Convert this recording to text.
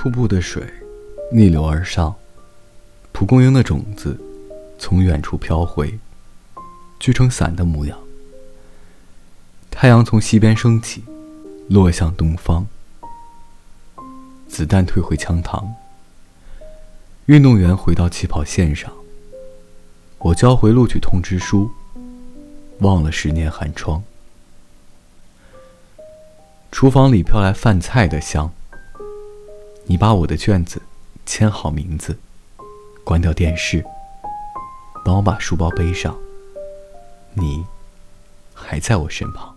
瀑布的水逆流而上，蒲公英的种子从远处飘回，聚成伞的模样。太阳从西边升起，落向东方。子弹退回枪膛，运动员回到起跑线上。我交回录取通知书，忘了10年寒窗。厨房里飘来饭菜的香。你把我的卷子签好名字，关掉电视，帮我把书包背上。你还在我身旁。